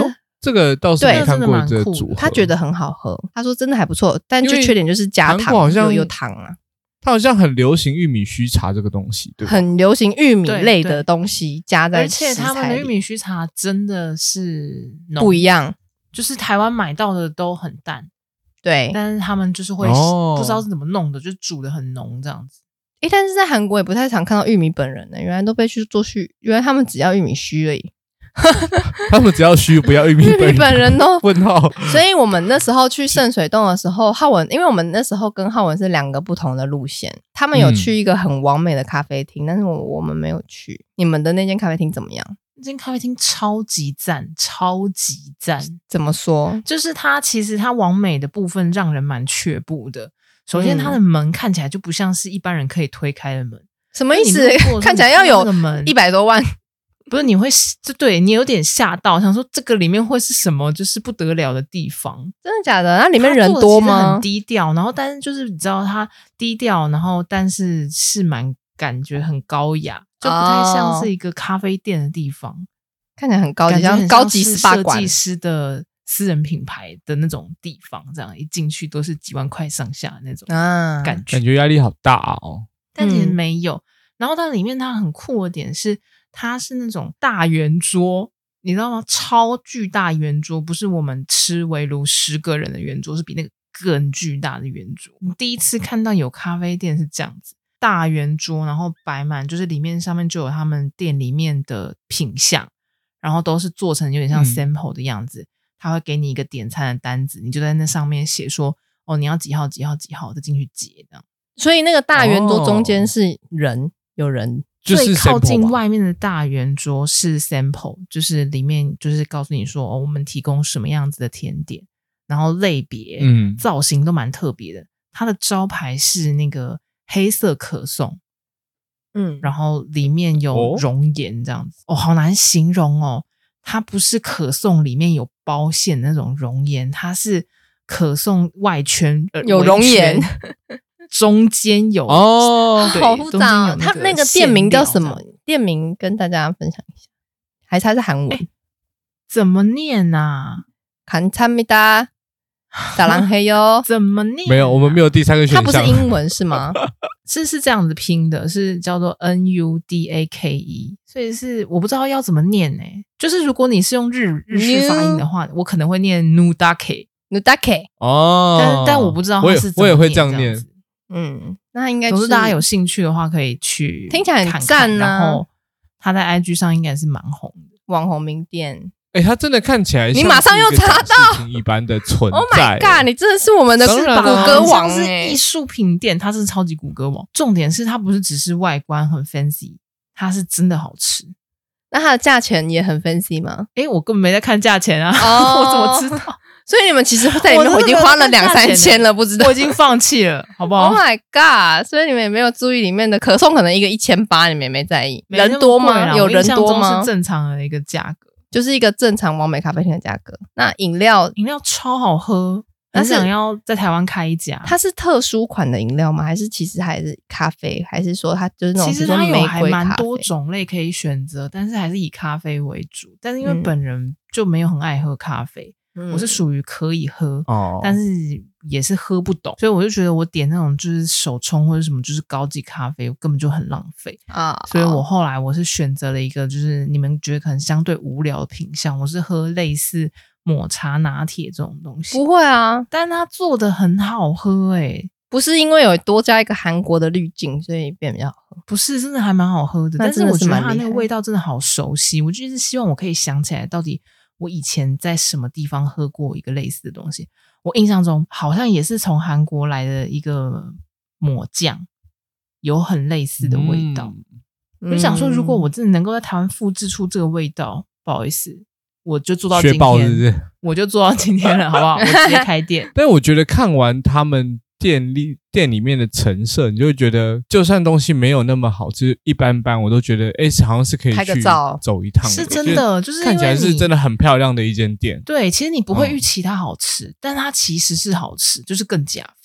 这个倒是没看过这个组合， 他觉得很好喝，他说真的还不错，但就缺点就是加糖， 好像有有糖啊。 他好像很流行玉米须茶这个东西，对吧？ 很流行玉米类的东西加在食材里， 而且他们的玉米须茶真的是不一样， 就是台湾买到的都很淡， 对， 但是他们就是会、哦、不知道是怎么弄的，就煮的很浓这样子。 诶，但是在韩国也不太常看到玉米本人呢，原来都被去做须，原来他们只要玉米须而已。 他们只要须不要玉米本人， 玉米本人都问号。 所以我们那时候去圣水洞的时候，浩文，因为我们那时候跟浩文是两个不同的路线，他们有去一个很完美的咖啡厅、嗯、但是我我们没有去。你们的那间咖啡厅怎么样？ 那间咖啡厅超级赞，超级赞。 怎么说？就是它其实它完美的部分让人蛮却步的。首先它的门看起来就不像是一般人可以推开的门。 什么意思？看起来要有一百多万。 不是，你会就对你有點吓到，想说这个里面会是什么，就是不得了的地方。 真的假的？那里面人多吗？ 很低调，然后但是就是你知道它低调，然后但是是蛮感觉很高雅，就不太像是一个咖啡店的地方，哦、 看起来很高级，像高级 S P A馆， 设计师的私人品牌的那种地方，这样一进去都是几万块上下的那种感觉， 啊、感觉压力好大哦。 但其实没有。嗯、然后它里面它很酷的点是。它是那种大圆桌，你知道吗？超巨大圆桌，不是我们吃围炉十个人的圆桌，是比那个更巨大的圆桌。你第一次看到有咖啡店是这样子，大圆桌，然后摆满，就是里面上面就有他们店里面的品项，然后都是做成有点像 sample 的样子。嗯、他会给你一个点餐的单子，你就在那上面写说，哦，你要几号几号几号，再进去结这样。 所以那个大圆桌中间是人，哦、有人。 最靠近外面的大圆桌是 sample， 就是里面就是告诉你说、哦、我们提供什么样子的甜点，然后类别、嗯、造型都蛮特别的。它的招牌是那个黑色可颂，嗯，然后里面有熔岩这样子，哦，好难形容哦。它不是可颂里面有包馅那种熔岩，它是可颂外圈、呃、 有熔岩。 中间有哦，好复杂。它那个店名叫什么？店名跟大家分享一下，还是它是韩文？欸、 怎么念啊？ 감사합니다，撒浪嘿哟。 怎么念、啊？ 没有，我们没有第三个选项。 它不是英文是吗？ 是是这样子拼的，是叫做 N U D A K E， 所以是我不知道要怎么念呢、欸。就是如果你是用日日式发音的话，我可能会念 Nudake。Nudake 哦， 但但我不知道它是怎么念， 我也会这样念。 嗯，那应该就是大家有興趣的話可以去看看， 聽起來很讚啊。 然後他在 I G 上應該是蠻紅的網紅名店。 哎、欸，他真的看起來像你馬上又查到一般的存在。 Oh my god！ 你真的是我們的谷歌王哎、 欸！藝術品店，它是超級谷歌王。重點是它不是只是外觀很 fancy， 它是真的好吃。 那它的價錢也很 fancy 嗎？ 哎、欸，我根本沒在看價錢啊， oh. 我怎麼知道？ 所以你們其實在裡面我已經花了兩三千了，不知道我已經放棄了，好不好 ？Oh my god！ 所以你們也沒有注意裡面的可頌，可能一個一千八，你們也沒在意。人多嗎？有人多嗎？ 是正常的一個價格， 就是一個正常完美咖啡廳的價格。那飲料， 飲料超好喝，很想要在台灣開一家。 它是特殊款的飲料嗎？還是其實還是咖啡？還是說它就是那種其實它有還蠻多種類可以選擇，但是還是以咖啡為主。但是因為本人就沒有很愛喝咖啡。嗯、我是屬於可以喝、哦，但是也是喝不懂，所以我就覺得我點那種就是手沖或者什麼就是高級咖啡，我根本就很浪費啊。所以我後來我是選擇了一個就是你們覺得可能相對無聊的品項，我是喝類似抹茶拿鐵這種東西。 不會啊， 但它做的很好喝誒、欸， 不是因為有多加一個韓國的濾鏡，所以變比較好喝。 不是，真的還蠻好喝的， 但是我覺得它那個味道真的好熟悉，我就是希望我可以想起來到底。我以前在什麼地方喝過一個類似的東西，我印象中好像也是從韓國來的一個抹醬，有很類似的味道。嗯、我就想說，如果我真的能夠在台灣複製出這個味道，不好意思，我就做到今天，是不是我就做到今天了，好不好？我直接開店。 但我覺得看完他們店里店裡面的陳設，你就會覺得，就算東西沒有那麼好吃，一般般，我都覺得，哎、欸，好像是可以去走一趟的。 是真的，就是看起來是真的很漂亮的一間店。 對，其實你不會預期它好吃，嗯、但它其實是好吃，就是更加分。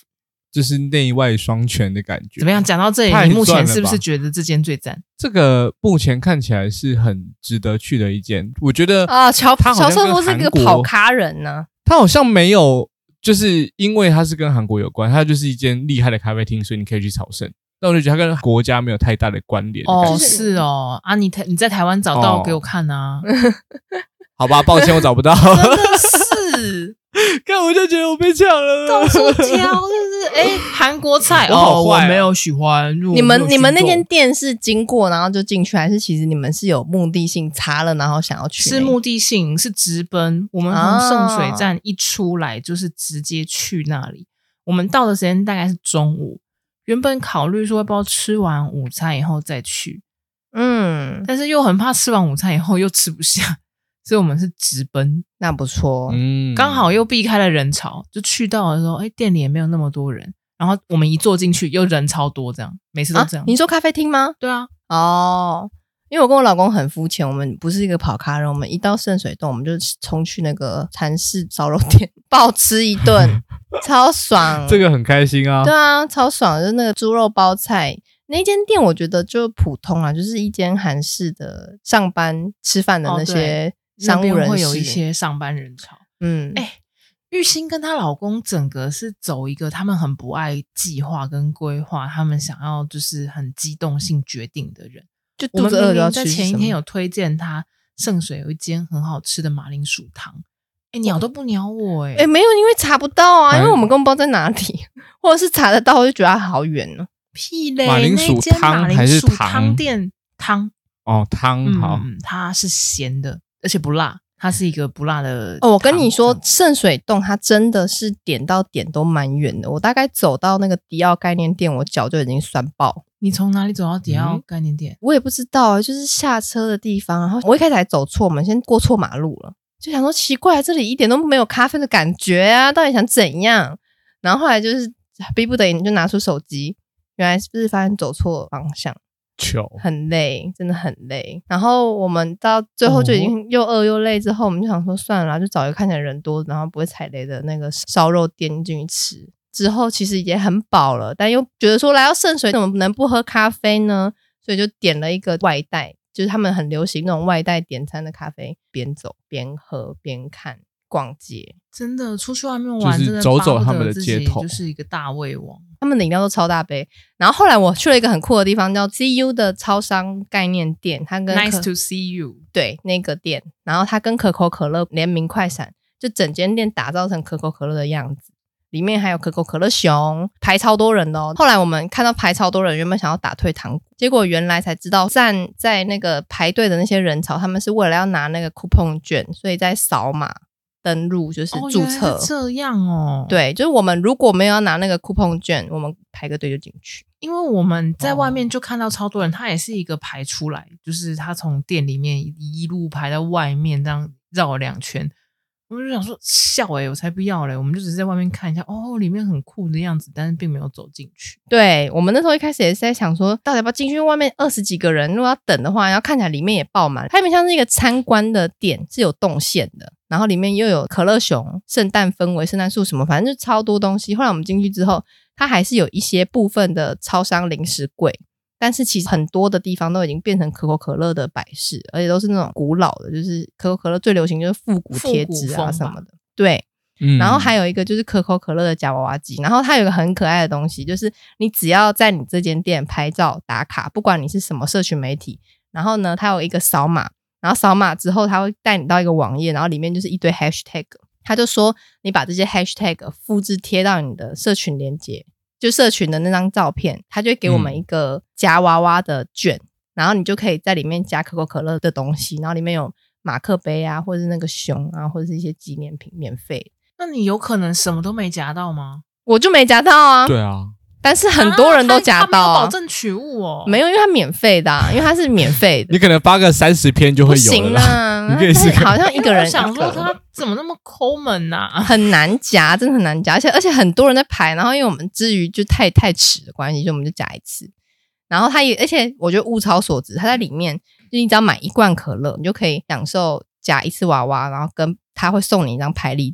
就是内外双全的感觉。 怎么样？讲到这里，你目前是不是觉得这间最赞？ 这个目前看起来是很值得去的一间，我觉得啊，乔乔瑟夫是一个国跑咖人呢、啊， 他好像没有，就是因为他是跟韩国有关，他就是一间厉害的咖啡厅，所以你可以去朝圣。但我就觉得他跟国家没有太大的关联。 哦，是哦，啊，你你在台湾找到给我看啊？哦、 好吧，抱歉，我找不到。 真的是， 看我就觉得我被抢了， 到处挑，就是哎，韩国菜我好坏、啊哦，我没有喜欢。 你们你们那间店是经过然后就进去，还是其实你们是有目的性查了然后想要去？ 是目的性，是直奔。我们从圣水站一出来就是直接去那里。我们到的时间大概是中午。原本考虑说要不要吃完午餐以后再去，嗯，但是又很怕吃完午餐以后又吃不下，所以我们是直奔。 那不错， 嗯，刚好又避开了人潮，就去到的时候，哎，店里也没有那么多人，然后我们一坐进去又人超多，这样每次都这样。 啊、你说咖啡厅吗？ 对啊， 哦，因为我跟我老公很肤浅，我们不是一个跑咖人，我们一到圣水洞，我们就冲去那个韩式烧肉店暴吃一顿。超爽， 这个很开心啊！ 对啊，超爽，就是那个猪肉包菜那间店，我觉得就普通啊，就是一间韩式的上班吃饭的那些商务人士， 哦、会有一些上班人潮。嗯，哎、欸，玉兴跟她老公整个是走一个他们很不爱计划跟规划，他们想要就是很机动性决定的人。 就肚子饿就要吃。 在前一天有推荐他圣水有一间很好吃的马铃薯汤。哎、欸，鸟都不鸟我哎、欸！ 哎、欸，没有，因为查不到啊，因为我们根本不知道在哪里，或者是查得到，我就觉得它好远呢、喔。 屁嘞！ 马铃薯汤还是汤店汤？ 哦，汤好、 嗯，它是咸的，而且不辣，它是一个不辣的。 哦，我跟你说，圣水洞它真的是点到点都蛮远的，我大概走到那个迪奥概念店，我脚就已经酸爆。 你从哪里走到迪奥概念店？ 嗯、我也不知道、欸，就是下车的地方，然后我一开始还走错，我们先过错马路了。就想说奇怪，这里一点都没有咖啡的感觉啊，到底想怎样？然后后来就是逼不得已，你就拿出手机，原来是不是发现走错方向， 糗， 很累，真的很累。然后我们到最后就已经又饿又累，之后我们就想说算了啦，就找一个看起来人多，然后不会踩雷的那个烧肉店进去吃。之后其实也很饱了，但又觉得说来到圣水怎么能不喝咖啡呢？所以就点了一个外带。就是他们很流行那种外带点餐的咖啡，边走边喝边看逛街， 真的出去外面玩， 就是走走他们的街头， 就是一个大胃王。 他们的饮料都超大杯。然后后来我去了一个很酷的地方，叫 C U 的超商概念店，它跟 Nice to see you 对那个店，然后它跟可口可乐联名快闪，就整间店打造成可口可乐的样子。里面还有可口可乐熊，排超多人的哦。后来我们看到排超多人，原本想要打退堂鼓，结果原来才知道站在那个排队的那些人潮，他们是为了要拿那个 coupon 券，所以在扫码登录，就是注册、 哦、这样哦。 对，就是我们如果没有要拿那个 coupon 券，我们排个队就进去。 因为我们在外面就看到超多人，他也是一个排出来，就是他从店里面一路排到外面，这样绕了两圈。我们就想说笑哎、欸，我才不要嘞！我们就只是在外面看一下，哦，里面很酷的样子，但是并没有走进去。 对，我们那时候一开始也是在想说，到底要不要进去？外面二十几个人，如果要等的话，然后看起来里面也爆满，它有点像是一个参观的店，是有动线的，然后里面又有可乐熊、圣诞氛围、圣诞树什么，反正就超多东西。后来我们进去之后，它还是有一些部分的超商零食柜。但是其实很多的地方都已经变成可口可乐的摆饰，而且都是那种古老的，就是可口可乐最流行就是复古贴纸啊什么的。对、嗯，然后还有一个就是可口可乐的夹娃娃机，然后它有一个很可爱的东西，就是你只要在你这间店拍照打卡，不管你是什么社群媒体，然后呢它有一个扫码，然后扫码之后它会带你到一个网页，然后里面就是一堆 hashtag， 他就说你把这些 hashtag 复制贴到你的社群连结，就社群的那张照片，他就会给我们一个夹娃娃的券、嗯、然后你就可以在里面夹可口可乐的东西，然后里面有马克杯啊，或者是那个熊啊，或者是一些纪念品免费。 那你有可能什么都没夹到吗？ 我就没夹到啊。 对啊， 但是很多人都夹到、啊啊、他没有保证取物哦。 没有，因为它免费的、啊、因为它是免费的。 你可能发个三十篇就会有了啦。 不行啊， 你可以试看。 好像一个人我想说他怎么那么抠门啊， 很难夹，真的很难夹，而且而且很多人在排，然后因为我们至于就太太迟的关系，所以我们就夹一次。然后它也，而且我觉得物超所值，它在里面就你只要买一罐可乐，你就可以享受夹一次娃娃，然后跟他会送你一张拍立得。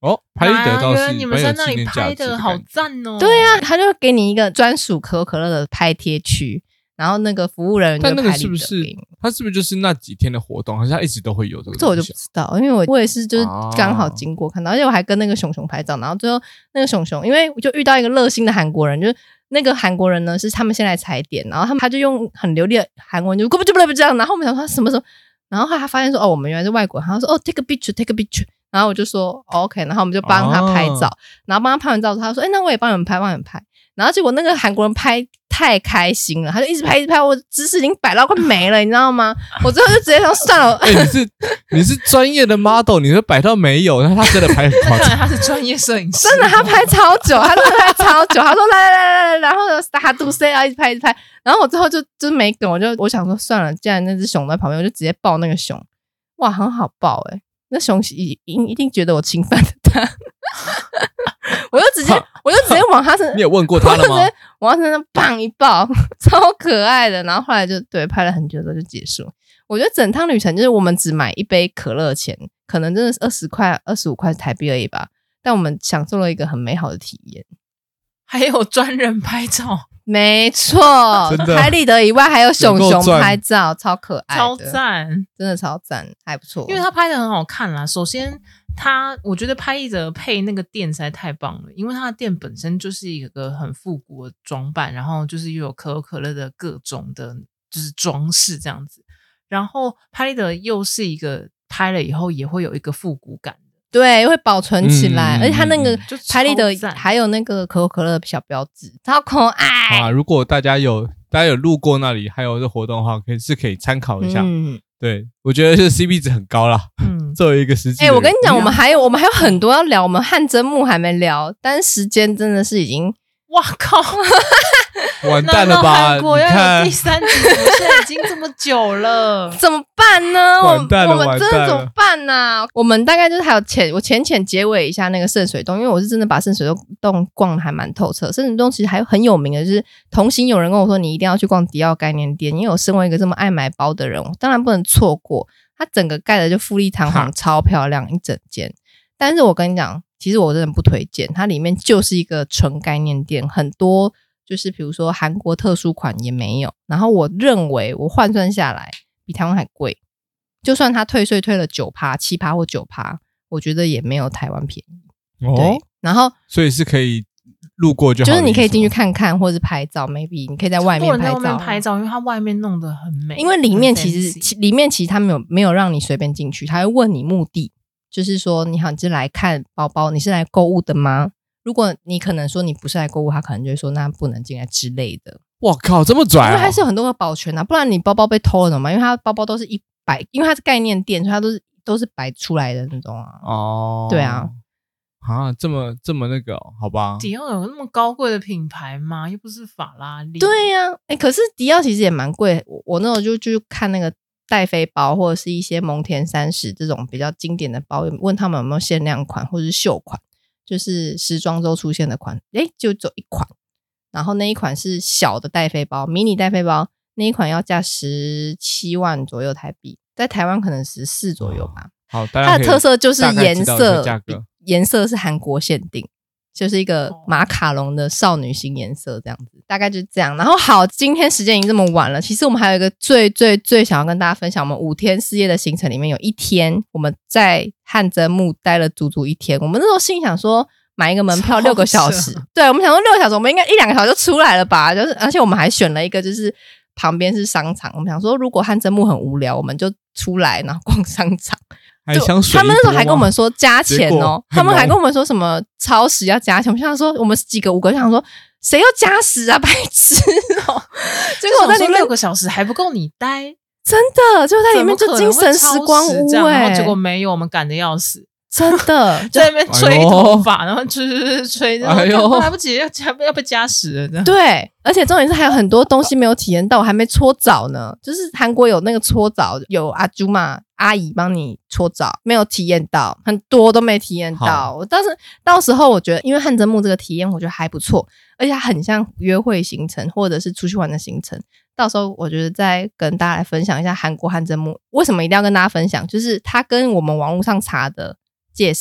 哦，拍的倒是你们在那里拍的好赞哦。 对啊，他就给你一个专属可口可乐的拍贴区，然后那个服务人员就拍立得。但那个是不是他是不是就是那几天的活动，还是他一直都会有这个？ 这我就不知道，因为我我也是就是刚好经过看到，而且我还跟那个熊熊拍照，然后最后那个熊熊，因为我就遇到一个热心的韩国人，就是那个韩国人呢是他们先来踩点，然后他们他就用很流利的韩文就不不不不这样，然后我们想说他什么时候，然后后来他发现说哦我们原来是外国人，他说哦 take a picture take a picture。然后我就说、哦、OK， 然后我们就帮他拍照，哦、然后帮他拍完照，他说：“哎，那我也帮你们拍，帮你们拍。”然后结果那个韩国人拍太开心了，他就一直拍，一直拍，我姿势已经摆到快没了，你知道吗？我最后就直接说算了。 哎、欸，你是你是专业的 model， 你说摆到没有，然后他真的拍很夸张。 他是专业摄影师， 真的他拍超久，他真的拍超久。他说来来来来，然后打杜 C 啊，一直拍一直拍。然后我最后就就没梗，我就我想说算了，既然那只熊在旁边，我就直接抱那个熊。哇，很好抱哎、欸。那熊一一定觉得我侵犯了他，我就直接我就直接往他身上， 你有问过他了吗？ 往他身上砰一抱，超可爱的。然后后来就对拍了很久之后就结束。我觉得整趟旅程就是我们只买一杯可乐钱，可能真的是二十块、二十五块台币而已吧，但我们享受了一个很美好的体验。 还有专人拍照。 没错，拍立得以外还有熊熊拍照，超可爱的， 超赞， 真的超赞，还不错。 因为他拍的很好看啦。首先，他我觉得拍立得配那个店实在太棒了，因为他的店本身就是一个很复古的装扮，然后就是又有可口可乐的各种的，就是装饰这样子。然后拍立得又是一个拍了以后也会有一个复古感。 对，会保存起来， 嗯、 而且它那个拍立得还有那个可口可乐的小标志，超可爱。 啊，如果大家有大家有路过那里，还有这活动的话，可以是可以参考一下。嗯，对，我觉得是 C P 值很高啦。嗯，作为一个实际， 哎、欸，我跟你讲，我们还有我们还有很多要聊，我们汗蒸幕还没聊，但是时间真的是已经， 哇靠！ 完蛋了吧？ 韩国要有第三集，我现在已经这么久了， 怎么办呢？ 完蛋了， 我们真的怎么办呢、啊？我们大概就是还有浅，我浅浅结尾一下那个圣水洞，因为我是真的把圣水洞逛得还蛮透彻。圣水洞其实还很有名的，就是同行有人跟我说你一定要去逛迪奥概念店，因为我身为一个这么爱买包的人，我当然不能错过。它整个盖的就富丽堂皇，超漂亮一整间。但是我跟你讲，其实我真的不推荐，它里面就是一个纯概念店，很多。就是比如说韩国特殊款也没有，然后我认为我换算下来比台湾还贵，就算他退税退了 百分之九、百分之七 或 百分之九， 我觉得也没有台湾便宜。哦，对，然后所以是可以路过就好， 就是你可以进去看看或者是拍照 maybe 你可以在外面拍照， 在外面拍照，因为它外面弄得很美， 因为里面其实里面其实他没有没有让你随便进去，他会问你目的，就是说你好，你是来看包包，你是来购物的吗？如果你可能说你不是来购物，他可能就会说那不能进来之类的。 哇靠，这么拽、哦！ 因为还是有很多个保全啊，不然你包包被偷了怎么办？因为它包包都是一摆，因为它是概念店，所以它都是都是摆出来的那种啊。哦，对啊， 啊，这么这么那个、哦，好吧？ 迪奥有那么高贵的品牌吗？又不是法拉利。 对呀、啊，哎，可是迪奥其实也蛮贵。我我那时候就就看那个戴妃包或者是一些蒙田三十这种比较经典的包，问他们有没有限量款或者是秀款。就是时装周出现的款，诶就走一款，然后那一款是小的戴妃包，迷你戴妃包，那一款要价十七万左右台币，在台湾可能十四左右吧。 好， 它的特色就是颜色，颜色是韩国限定，就是一个马卡龙的少女心颜色这样子，大概就是这样。然后好，今天时间已经这么晚了，其实我们还有一个最最最想要跟大家分享，我们五天四夜的行程里面有一天我们在汗蒸幕待了足足一天。我们那时候心想说买一个门票六个小时，对，我们想说六个小时我们应该一两个小时就出来了吧，就是而且我们还选了一个就是旁边是商场，我们想说如果汗蒸幕很无聊我们就出来然后逛商场， 还想水， 他们那时候还跟我们说加钱哦，他们还跟我们说什么超时要加钱，我们想说我们几个五个想说谁要加时啊，白痴哦！结果我在里面六个小时还不够你待， 真的就在里面就精神时光屋哎、欸， 然后结果没有，我们赶得要死。 真的在那边吹头发、哎、然后吹吹吹，然后来不及要加要被加时了。 对，而且重点是还有很多东西没有体验到，我还没搓澡呢。就是韩国有那个搓澡，有阿朱玛阿姨帮你搓澡，没有体验到，很多都没体验到。但是到时候我觉得，因为汗蒸幕这个体验，我觉得还不错，而且它很像约会行程或者是出去玩的行程。到时候我觉得再跟大家来分享一下韩国汗蒸幕为什么一定要跟大家分享，就是它跟我们网络上查的介绍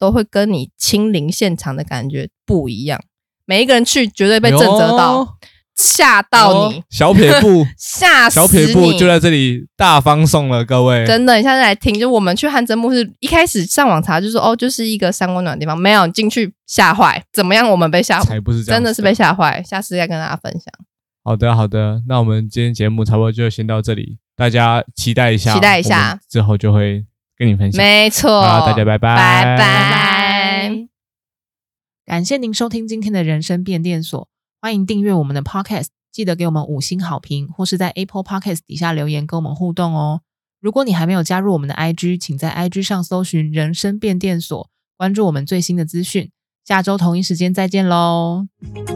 都会跟你亲临现场的感觉不一样，每一个人去绝对被震慑到，吓、哎、到你、哦、 小撇步吓死你， 小撇步就在这里大方送了各位， 真的你下次来听，就我们去汗蒸幕是一开始上网查就说哦就是一个三温暖的地方，没有进去吓坏，怎么样我们被吓坏， 才不是这样， 真的是被吓坏，下次再跟大家分享。 好的好的，那我们今天节目差不多就先到这里，大家期待一下， 期待一下之后就会跟你分享， 没错， 好，大家拜拜拜拜。 感谢您收听今天的人生变电所，欢迎订阅我们的 Podcast， 记得给我们五星好评，或是在 Apple Podcast 底下留言跟我们互动哦。如果你还没有加入我们的 I G， 请在 I G 上搜寻人生变电所，关注我们最新的资讯。下周同一时间再见咯。